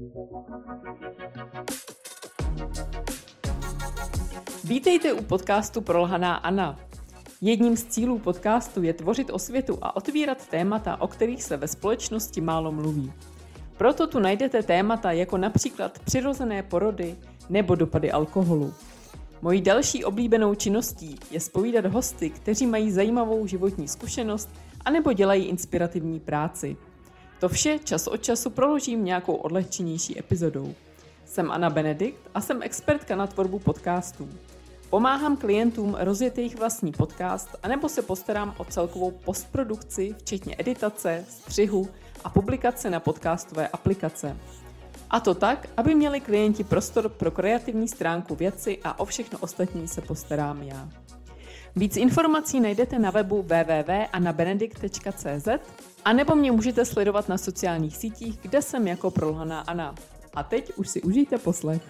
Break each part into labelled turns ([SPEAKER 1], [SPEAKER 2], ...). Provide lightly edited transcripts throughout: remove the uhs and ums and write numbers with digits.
[SPEAKER 1] Vítejte u podcastu Prolhaná Anna. Jedním z cílů podcastu je tvořit osvětu a otvírat témata, o kterých se ve společnosti málo mluví. Proto tu najdete témata jako například přirozené porody nebo dopady alkoholu. Mojí další oblíbenou činností je zpovídat hosty, kteří mají zajímavou životní zkušenost anebo dělají inspirativní práci. To vše čas od času proložím nějakou odlehčenější epizodou. Jsem Anna Benedikt a jsem expertka na tvorbu podcastů. Pomáhám klientům rozjet jejich vlastní podcast anebo se postarám o celkovou postprodukci, včetně editace, střihu a publikace na podcastové aplikace. A to tak, aby měli klienti prostor pro kreativní stránku věci a o všechno ostatní se postarám já. Víc informací najdete na webu www.annabenedikt.cz a nebo mě můžete sledovat na sociálních sítích, kde jsem jako Prolhaná Anna. A teď už si užijte poslech.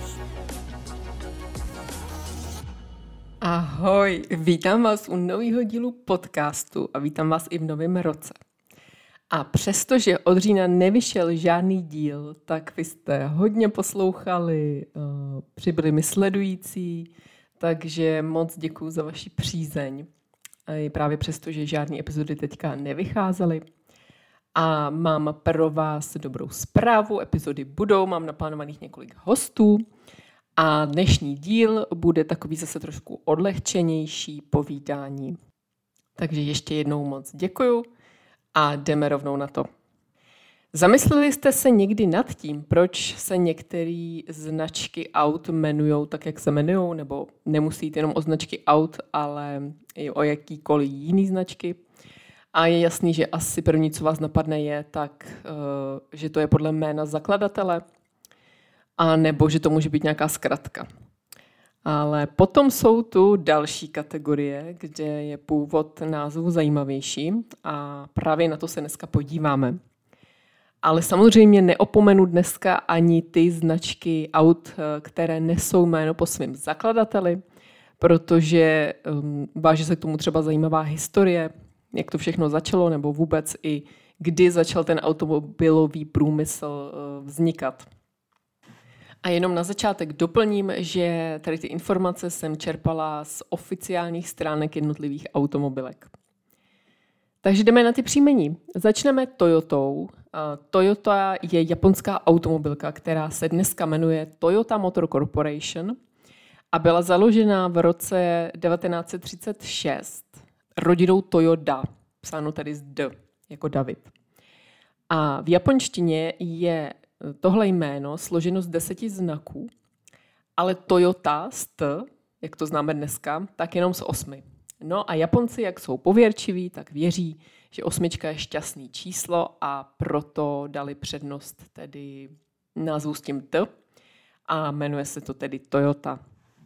[SPEAKER 1] Ahoj, vítám vás u nového dílu podcastu a vítám vás i v novém roce. A přestože od října nevyšel žádný díl, tak vy jste hodně poslouchali, přibyli mi sledující, takže moc děkuju za vaši přízeň. A právě přesto, že žádné epizody teďka nevycházely. A mám pro vás dobrou zprávu, epizody budou, mám naplánovaných několik hostů. A dnešní díl bude takový zase trošku odlehčenější povídání. Takže ještě jednou moc děkuju a jdeme rovnou na to. Zamysleli jste se někdy nad tím, proč se některé značky aut jmenujou tak, jak se jmenujou, nebo nemusí jít jenom o značky aut, ale i o jakýkoliv jiný značky? A je jasný, že asi první, co vás napadne, je tak, že to je podle jména zakladatele, a nebo že to může být nějaká zkratka. Ale potom jsou tu další kategorie, kde je původ názvu zajímavější a právě na to se dneska podíváme. Ale samozřejmě neopomenu dneska ani ty značky aut, které nesou jméno po svém zakladateli, protože váže se k tomu třeba zajímavá historie, jak to všechno začalo, nebo vůbec i kdy začal ten automobilový průmysl vznikat. A jenom na začátek doplním, že tady ty informace jsem čerpala z oficiálních stránek jednotlivých automobilek. Takže jdeme na ty příjmení. Začneme Toyotou. Toyota je japonská automobilka, která se dneska jmenuje Toyota Motor Corporation a byla založena v roce 1936 rodinou Toyoda, psáno tady z D, jako David. A v japonštině je tohle jméno složeno z 10 znaků, ale Toyota z T, jak to známe dneska, tak jenom z 8. No a Japonci, jak jsou pověrčiví, tak věří, že 8 je šťastný číslo a proto dali přednost tedy názvu s tím T a jmenuje se to tedy Toyota.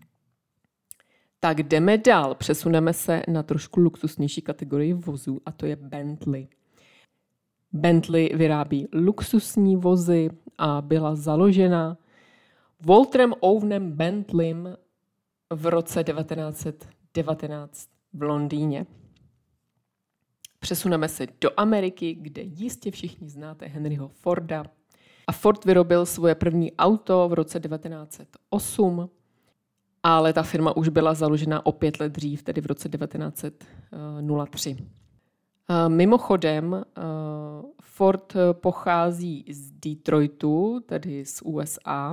[SPEAKER 1] Tak jdeme dál, přesuneme se na trošku luxusnější kategorii vozů a to je Bentley. Bentley vyrábí luxusní vozy a byla založena Walterem Owenem Bentleym v roce 1919 v Londýně. Přesuneme se do Ameriky, kde jistě všichni znáte Henryho Forda. A Ford vyrobil svoje první auto v roce 1908, ale ta firma už byla založena o 5 let dřív, tedy v roce 1903. Mimochodem, Ford pochází z Detroitu, tedy z USA,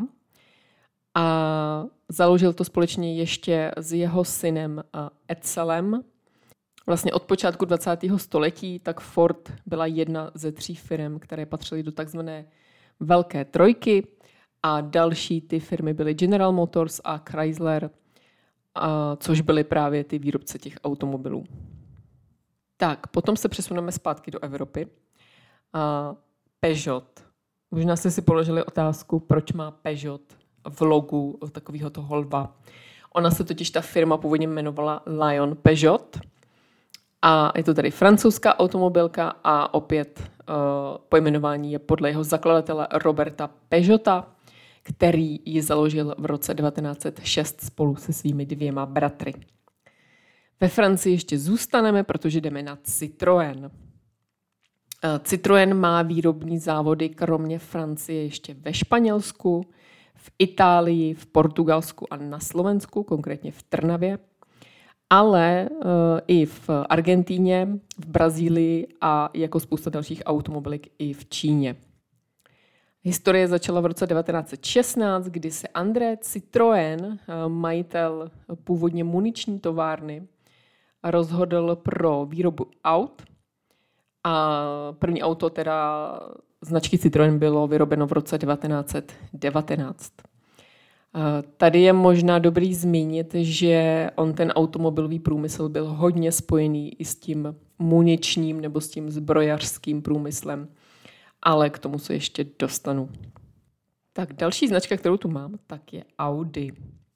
[SPEAKER 1] a založil to společně ještě s jeho synem Edselem. Vlastně od počátku 20. století tak Ford byla jedna ze 3 firm, které patřily do takzvané velké trojky a další ty firmy byly General Motors a Chrysler, což byly právě ty výrobce těch automobilů. Tak, potom se přesuneme zpátky do Evropy. Peugeot. Možná jste si položili otázku, proč má Peugeot v logu takového toho lva. Ona se totiž ta firma původně jmenovala Lion Peugeot a je to tady francouzská automobilka a opět pojmenování je podle jeho zakladatele Roberta Peugeota, který ji založil v roce 1906 spolu se svými 2 bratry. Ve Francii ještě zůstaneme, protože jdeme na Citroën. Citroën má výrobní závody kromě Francie ještě ve Španělsku, v Itálii, v Portugalsku a na Slovensku, konkrétně v Trnavě, ale i v Argentíně, v Brazílii a jako spousta dalších automobilik i v Číně. Historie začala v roce 1916, kdy se André Citroën, majitel původně muniční továrny, rozhodl pro výrobu aut. A první auto teda značky Citroën bylo vyrobeno v roce 1919. Tady je možná dobrý zmínit, že on ten automobilový průmysl byl hodně spojený i s tím muničním nebo s tím zbrojařským průmyslem, ale k tomu se ještě dostanu. Tak další značka, kterou tu mám, tak je Audi.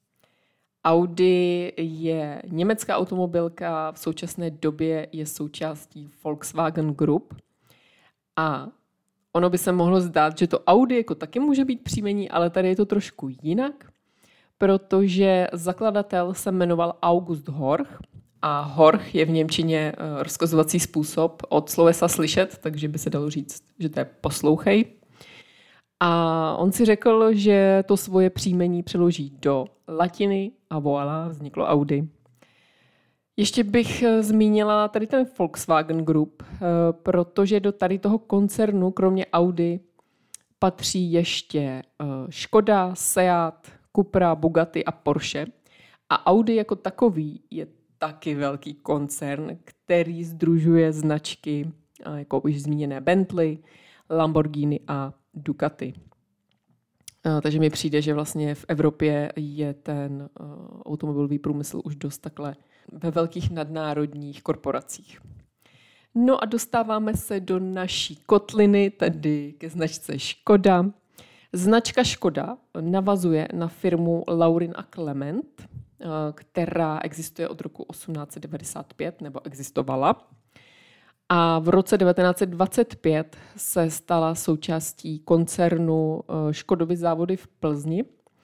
[SPEAKER 1] Audi je německá automobilka, v současné době je součástí Volkswagen Group a ono by se mohlo zdát, že to Audi jako taky může být příjmení, ale tady je to trošku jinak, protože zakladatel se jmenoval August Horch a Horch je v němčině rozkazovací způsob od slovesa slyšet, takže by se dalo říct, že to je poslouchej. A on si řekl, že to svoje příjmení přeloží do latiny a voilà, vzniklo Audi. Ještě bych zmínila tady ten Volkswagen Group, protože do tady toho koncernu, kromě Audi, patří ještě Škoda, Seat, Cupra, Bugatti a Porsche. A Audi jako takový je taky velký koncern, který sdružuje značky, jako už zmíněné Bentley, Lamborghini a Ducati. Takže mi přijde, že vlastně v Evropě je ten automobilový průmysl už dost takhle ve velkých nadnárodních korporacích. No a dostáváme se do naší kotliny, tedy ke značce Škoda. Značka Škoda navazuje na firmu Laurin a Clement, která existuje od roku 1895, nebo existovala. A v roce 1925 se stala součástí koncernu Škodovy závody v Plzni.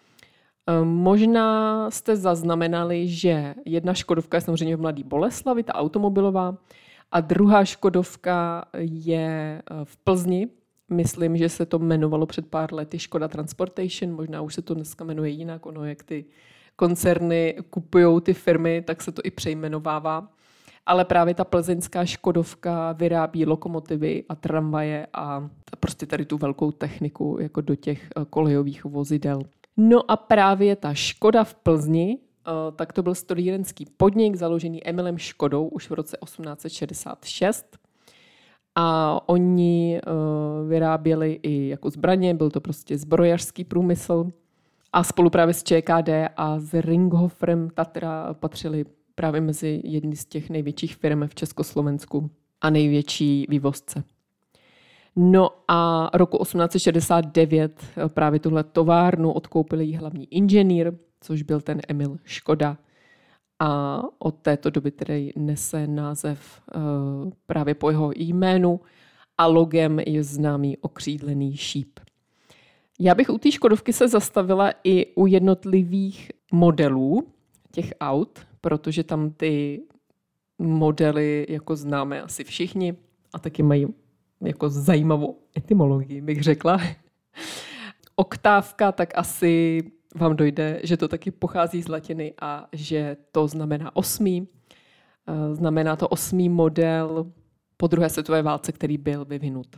[SPEAKER 1] Možná jste zaznamenali, že jedna Škodovka je samozřejmě v Mladé Boleslavi, ta automobilová, a druhá Škodovka je v Plzni. Myslím, že se to jmenovalo před pár lety Škoda Transportation, možná už se to dneska jmenuje jinak, ono jak ty koncerny kupují ty firmy, tak se to i přejmenovává. Ale právě ta plzeňská Škodovka vyrábí lokomotivy a tramvaje a prostě tady tu velkou techniku jako do těch kolejových vozidel. No a právě ta Škoda v Plzni, tak to byl strojírenský podnik založený Emilem Škodou už v roce 1866. A oni vyráběli i jako zbraně, byl to prostě zbrojařský průmysl. A spolu právě s ČKD a s Ringhofferem Tatra patřili právě mezi jedny z těch největších firm v Československu a největší vývozce. No a roku 1869 právě tuhle továrnu odkoupil jí hlavní inženýr, což byl ten Emil Škoda. A od této doby tedy nese název právě po jeho jménu a logem je známý okřídlený šíp. Já bych u té Škodovky se zastavila i u jednotlivých modelů těch aut, protože tam ty modely jako známe asi všichni a taky mají jako zajímavou etymologii, bych řekla. Oktávka, tak asi vám dojde, že to taky pochází z latiny a že to znamená 8. Znamená to 8. model po druhé světové válce, který byl vyvinut.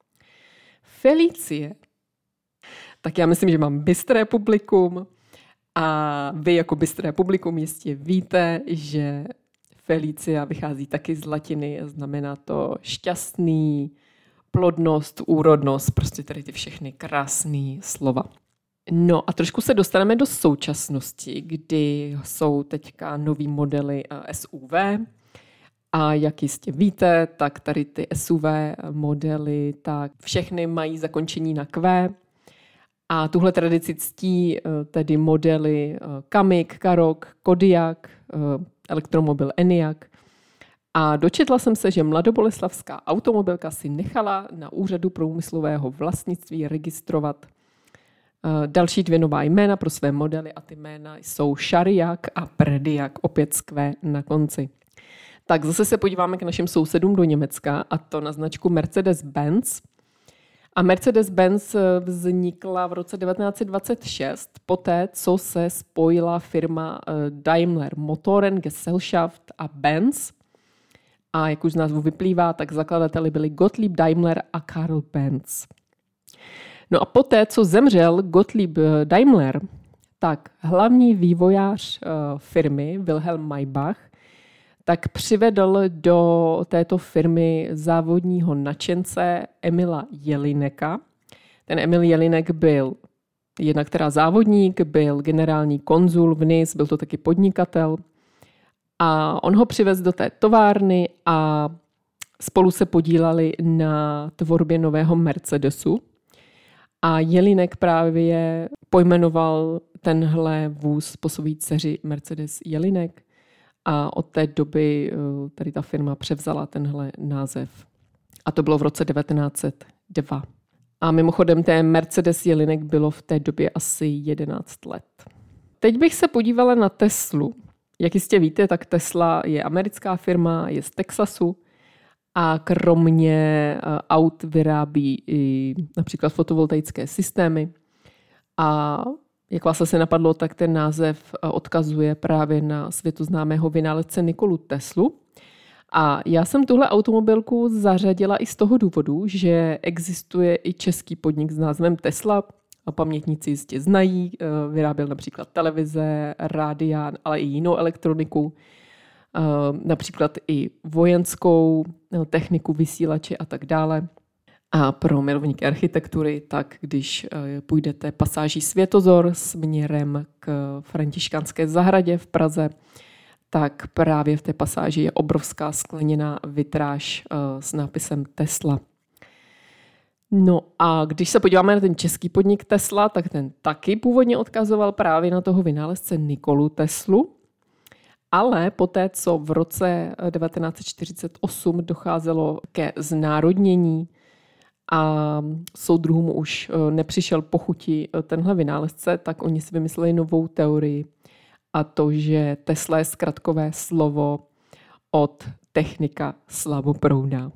[SPEAKER 1] Felicie. Tak já myslím, že mám bystré publikum a vy jako bystré publikum jistě víte, že Felicia vychází taky z latiny, znamená to šťastný, plodnost, úrodnost, prostě tady ty všechny krásné slova. No a trošku se dostaneme do současnosti, kdy jsou teďka nový modely SUV a jak jistě víte, tak tady ty SUV modely, tak všechny mají zakončení na Q a tuhle tradici ctí tedy modely Kamik, Karok, Kodiaq, elektromobil Enyaq. A dočetla jsem se, že mladoboleslavská automobilka si nechala na úřadu průmyslového vlastnictví registrovat další 2 nová jména pro své modely a ty jména jsou Šariak a Prediak, opět s Q na konci. Tak zase se podíváme k našim sousedům do Německa, a to na značku Mercedes-Benz. A Mercedes-Benz vznikla v roce 1926, poté, co se spojila firma Daimler Motorengesellschaft a Benz. A jak už z názvu vyplývá, tak zakladateli byli Gottlieb Daimler a Karl Benz. No a poté, co zemřel Gottlieb Daimler, tak hlavní vývojář firmy Wilhelm Maybach tak přivedl do této firmy závodního nadšence Emila Jelineka. Ten Emil Jelinek byl jednak teda závodník, byl generální konzul v Nice, byl to taky podnikatel. A on ho přivez do té továrny a spolu se podíleli na tvorbě nového Mercedesu. A Jelinek právě pojmenoval tenhle vůz po své dceři Mercedes Jelinek. A od té doby tady ta firma převzala tenhle název. A to bylo v roce 1902. A mimochodem té Mercedes Jelinek bylo v té době asi 11 let. Teď bych se podívala na Teslu. Jak jistě víte, tak Tesla je americká firma, je z Texasu a kromě aut vyrábí i například fotovoltaické systémy. A jak vás asi napadlo, tak ten název odkazuje právě na světoznámého vynálezce Nikolu Teslu. A já jsem tuhle automobilku zařadila i z toho důvodu, že existuje i český podnik s názvem Tesla. A pamětníci jistě znají, vyráběl například televize, rádia, ale i jinou elektroniku. Například i vojenskou techniku, vysílače a tak dále. A pro milovníky architektury, tak když půjdete pasáží Světozor směrem k Františkánské zahradě v Praze, tak právě v té pasáži je obrovská skleněná vitráž s nápisem Tesla. No a když se podíváme na ten český podnik Tesla, tak ten taky původně odkazoval právě na toho vynálezce Nikolu Teslu, ale poté, co v roce 1948 docházelo ke znárodnění a soudruhům už nepřišel po chuti tenhle vynálezce, tak oni si vymysleli novou teorii, a to, že Tesla je zkratkové slovo od technika slavoproudná.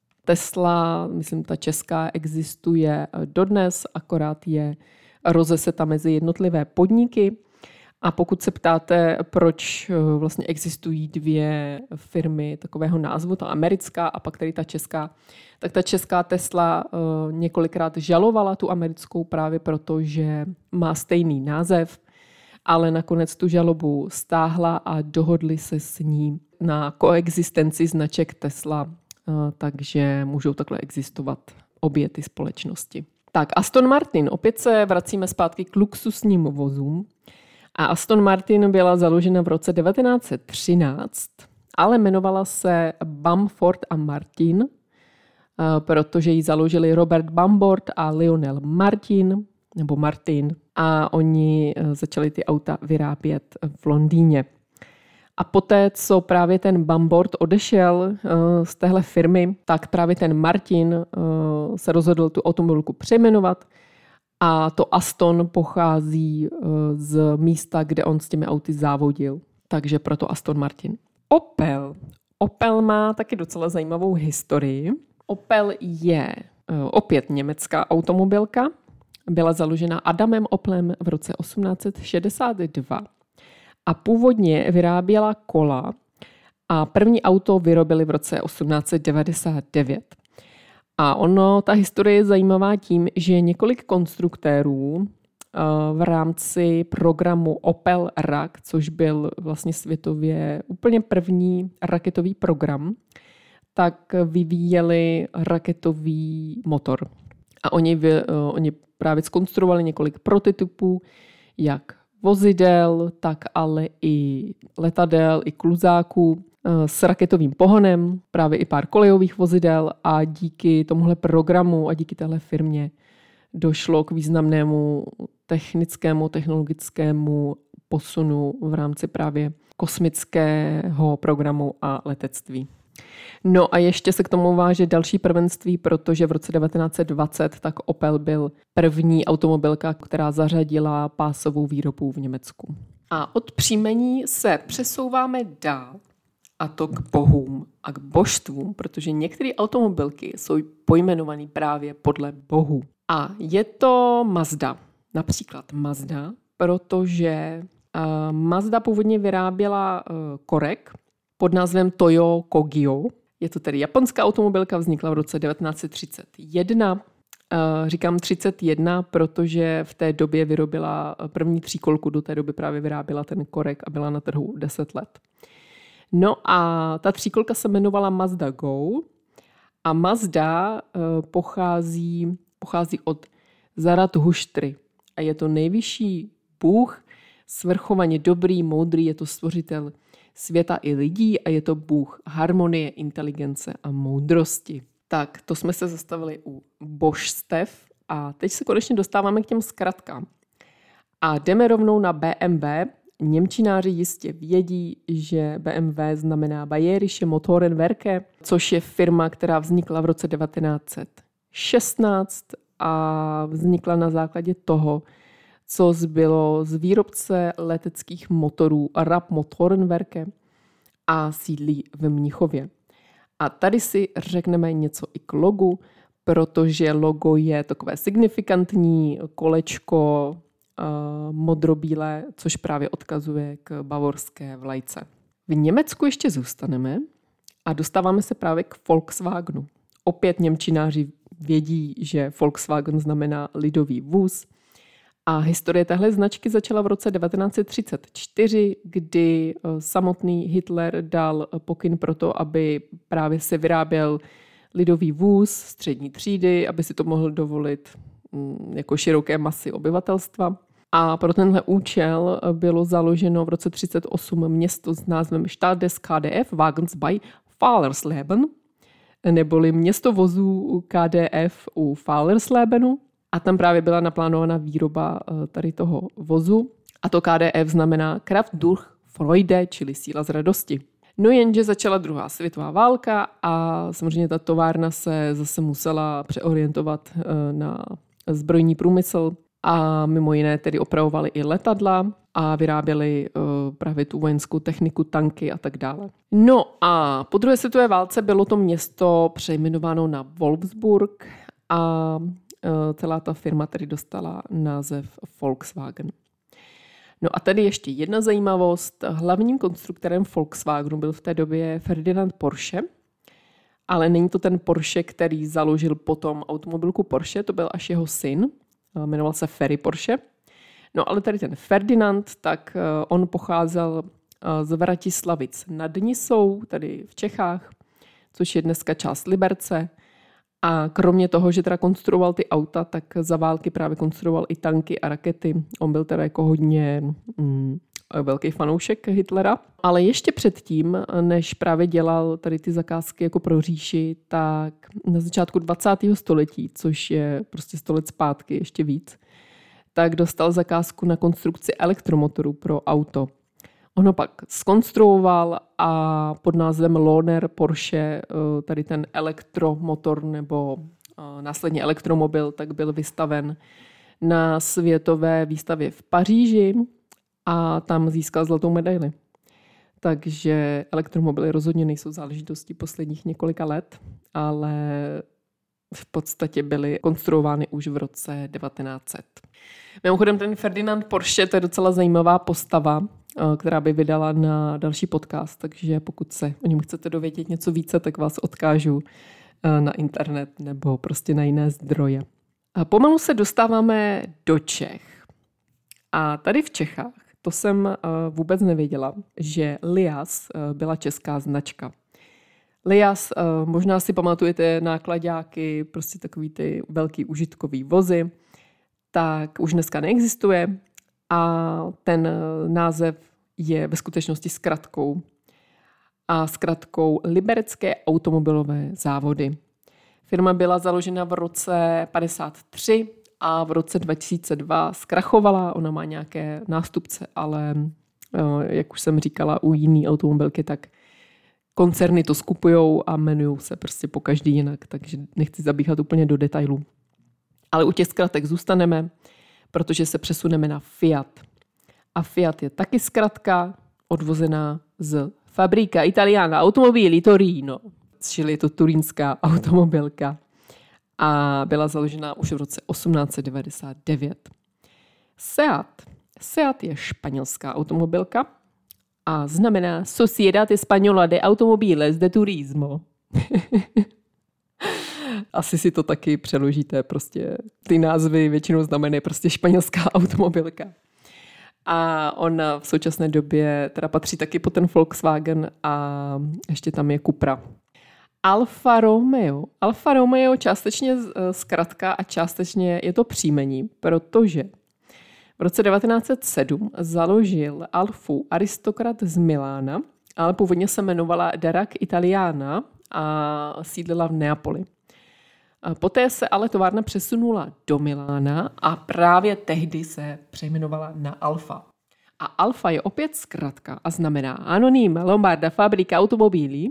[SPEAKER 1] Tesla, myslím, ta česká existuje dodnes, akorát je rozeseta mezi jednotlivé podniky. A pokud se ptáte, proč vlastně existují dvě firmy takového názvu, ta americká a pak tady ta česká, tak ta česká Tesla několikrát žalovala tu americkou právě proto, že má stejný název, ale nakonec tu žalobu stáhla a dohodli se s ní na koexistenci značek Tesla, takže můžou takhle existovat obě ty společnosti. Tak Aston Martin, opět se vracíme zpátky k luxusním vozům. A Aston Martin byla založena v roce 1913, ale jmenovala se Bamford a Martin, protože ji založili Robert Bamford a Lionel Martin, nebo Martin, a oni začali ty auta vyrábět v Londýně. A poté, co právě ten Bamford odešel z téhle firmy, tak právě ten Martin se rozhodl tu automobilku přejmenovat. A to Aston pochází z místa, kde on s těmi auty závodil. Takže proto Aston Martin. Opel. Opel má taky docela zajímavou historii. Opel je opět německá automobilka. Byla založena Adamem Oplem v roce 1862. A původně vyráběla kola a první auto vyrobili v roce 1899. A ta historie je zajímavá tím, že několik konstruktérů v rámci programu Opel RAK, což byl vlastně světově úplně první raketový program, tak vyvíjeli raketový motor. A oni právě zkonstruovali několik prototypů, jak vozidel, tak ale i letadel, i kluzáků s raketovým pohonem, právě i pár kolejových vozidel, a díky tomuhle programu a díky téhle firmě došlo k významnému technologickému posunu v rámci právě kosmického programu a letectví. No a ještě se k tomu váže další prvenství, protože v roce 1920 tak Opel byl první automobilka, která zařadila pásovou výrobu v Německu. A od příjmení se přesouváme dál a to k bohům a k božstvům, protože některé automobilky jsou pojmenované právě podle bohů. A je to Mazda, například Mazda, protože Mazda původně vyráběla korek pod názvem Toyo Kogyo. Je to tedy japonská automobilka, vznikla v roce 1931. Říkám 31, protože v té době vyrobila první tříkolku, do té doby právě vyráběla ten korek a byla na trhu 10 let. No a ta tříkolka se jmenovala Mazda Go a Mazda pochází od Zarathuštry a je to nejvyšší bůh, svrchovaně dobrý, moudrý, je to stvořitel světa i lidí a je to bůh harmonie, inteligence a moudrosti. Tak, to jsme se zastavili u božstev a teď se konečně dostáváme k těm zkratkám. A jdeme rovnou na BMW. Němčináři jistě vědí, že BMW znamená Bayerische Motorenwerke, což je firma, která vznikla v roce 1916 a vznikla na základě toho, co zbylo z výrobce leteckých motorů Rapp Motorenwerke a sídlí v Mnichově. A tady si řekneme něco i k logu, protože logo je takové signifikantní kolečko modrobílé, což právě odkazuje k bavorské vlajce. V Německu ještě zůstaneme a dostáváme se právě k Volkswagenu. Opět němčináři vědí, že Volkswagen znamená lidový vůz. A historie téhle značky začala v roce 1934, kdy samotný Hitler dal pokyn pro to, aby právě se vyráběl lidový vůz střední třídy, aby si to mohl dovolit jako široké masy obyvatelstva. A pro tenhle účel bylo založeno v roce 1938 město s názvem Stadt des KDF Wagens bei Fallersleben, neboli město vozů KDF u Fallerslebenu. A tam právě byla naplánovaná výroba tady toho vozu. A to KDF znamená Kraft durch Freude, čili síla z radosti. No jenže začala druhá světová válka a samozřejmě ta továrna se zase musela přeorientovat na zbrojní průmysl a mimo jiné tedy opravovali i letadla a vyráběli právě tu vojenskou techniku, tanky a tak dále. No a po druhé světové válce bylo to město přejmenováno na Wolfsburg a celá ta firma tedy dostala název Volkswagen. No a tady ještě jedna zajímavost. Hlavním konstruktorem Volkswagenu byl v té době Ferdinand Porsche, ale není to ten Porsche, který založil potom automobilku Porsche, to byl až jeho syn, jmenoval se Ferry Porsche. No ale tady ten Ferdinand, tak on pocházel z Vratislavic nad Nisou, tady v Čechách, což je dneska část Liberce. A kromě toho, že teda konstruoval ty auta, tak za války právě konstruoval i tanky a rakety. On byl teda jako hodně velký fanoušek Hitlera. Ale ještě předtím, než právě dělal tady ty zakázky jako pro říši, tak na začátku 20. století, což je prostě 100 let zpátky, ještě víc, tak dostal zakázku na konstrukci elektromotoru pro auto. On ho pak zkonstruoval a pod názvem Lohner Porsche tady ten elektromotor nebo následně elektromobil tak byl vystaven na světové výstavě v Paříži a tam získal zlatou medaili. Takže elektromobily rozhodně nejsou záležitostí posledních několika let, ale v podstatě byly konstruovány už v roce 1900. Mimochodem ten Ferdinand Porsche, to je docela zajímavá postava, která by vydala na další podcast, takže pokud se o něm chcete dovědět něco více, tak vás odkážu na internet nebo prostě na jiné zdroje. A pomalu se dostáváme do Čech. A tady v Čechách, to jsem vůbec nevěděla, že Liaz byla česká značka. Liaz, možná si pamatujete náklaďáky, prostě takový ty velký užitkový vozy, tak už dneska neexistuje a ten název je ve skutečnosti zkratkou. A zkratkou Liberecké automobilové závody. Firma byla založena v roce 1953 a v roce 2002 zkrachovala. Ona má nějaké nástupce, ale jak už jsem říkala, u jiný automobilky, tak koncerny to skupujou a jmenujou se prostě po každý jinak, takže nechci zabíhat úplně do detailů. Ale u těch zkratek zůstaneme, protože se přesuneme na Fiat. A Fiat je taky zkratka odvozená z Fabbrica Italiana Automobili Torino, čili je to turínská automobilka. A byla založena už v roce 1899. Seat je španělská automobilka a znamená Sociedad Española de Automobiles de Turismo. Asi si to taky přeložíte, prostě ty názvy většinou znamenají prostě španělská automobilka. A on v současné době teda patří taky po ten Volkswagen a ještě tam je Cupra. Alfa Romeo částečně zkratka a částečně je to příjmení, protože v roce 1907 založil Alfu aristokrat z Milána, ale původně se jmenovala Darach Italiana a sídlila v Neapoli. Poté se ale továrna přesunula do Milána a právě tehdy se přejmenovala na Alfa. A Alfa je opět zkratka a znamená Anonima Lombarda Fabbrica Automobili.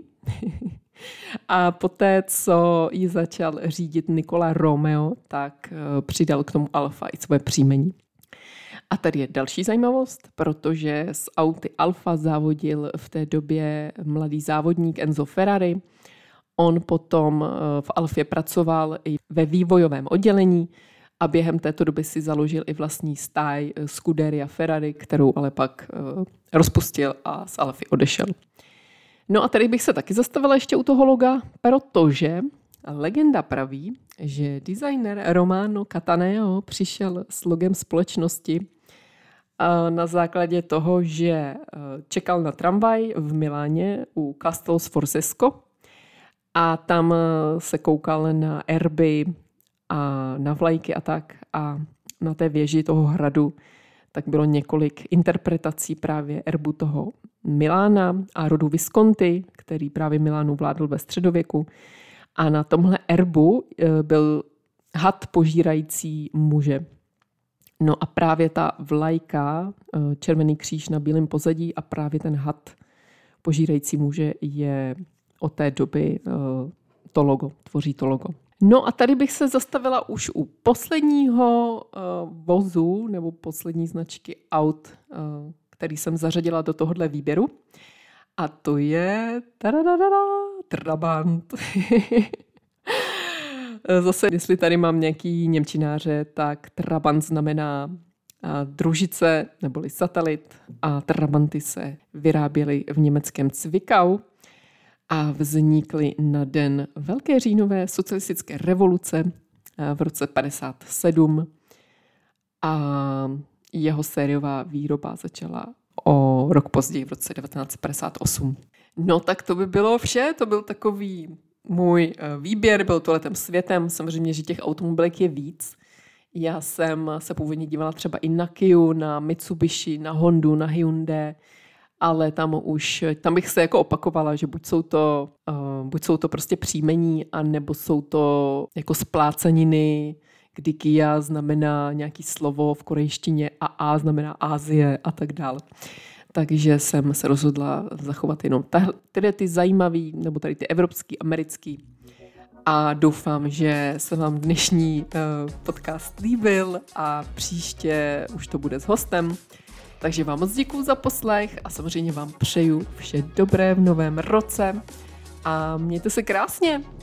[SPEAKER 1] A poté, co ji začal řídit Nicola Romeo, tak přidal k tomu Alfa i svoje příjmení. A tady je další zajímavost, protože s auty Alfa závodil v té době mladý závodník Enzo Ferrari. On potom v Alfě pracoval i ve vývojovém oddělení a během této doby si založil i vlastní stáj Scuderia Ferrari, kterou ale pak rozpustil a z Alfy odešel. No a tady bych se taky zastavila ještě u toho loga, protože legenda praví, že designer Romano Cattaneo přišel s logem společnosti na základě toho, že čekal na tramvaj v Miláně u Castel Sforzesco a tam se koukal na erby a na vlajky a tak a na té věži toho hradu tak bylo několik interpretací právě erbu toho Milána a rodu Visconti, který právě Milánu vládl ve středověku. A na tomhle erbu byl had požírající muže. No a právě ta vlajka, červený kříž na bílém pozadí a právě ten had požírající muže je od té doby to logo, tvoří to logo. No a tady bych se zastavila už u posledního vozu nebo poslední značky aut, který jsem zařadila do tohohle výběru. A to je Trabant. Zase, jestli tady mám nějaký němčináře, tak Trabant znamená družice neboli satelit a Trabanty se vyráběly v německém Zwickau a vznikly na den Velké říjnové socialistické revoluce v roce 1957 a jeho sériová výroba začala o rok později v roce 1958. No tak to by bylo vše, to byl takový můj výběr, byl to letem světem, samozřejmě, že těch automobilek je víc. Já jsem se původně dívala třeba i na Kia, na Mitsubishi, na Hondu, na Hyundai, ale tam bych se jako opakovala, že buď jsou to prostě příjmení, anebo jsou to jako spláceniny, kdy Kia znamená nějaký slovo v korejštině a A znamená Asie a tak dále. Takže jsem se rozhodla zachovat jenom tady ty zajímavý, nebo tady ty evropský, americký. A doufám, že se vám dnešní podcast líbil a příště už to bude s hostem. Takže vám moc děkuju za poslech a samozřejmě vám přeju vše dobré v novém roce a mějte se krásně.